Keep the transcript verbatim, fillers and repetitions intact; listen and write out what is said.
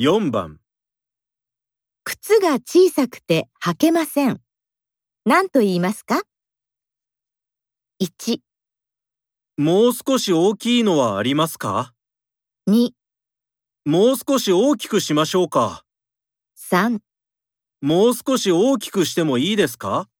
よんばん。 靴が小さくて履けません。何と言いますか？いち、 もう少し大きいのはありますか？ に、 もう少し大きくしましょうか。 さん。 もう少し大きくしてもいいですか？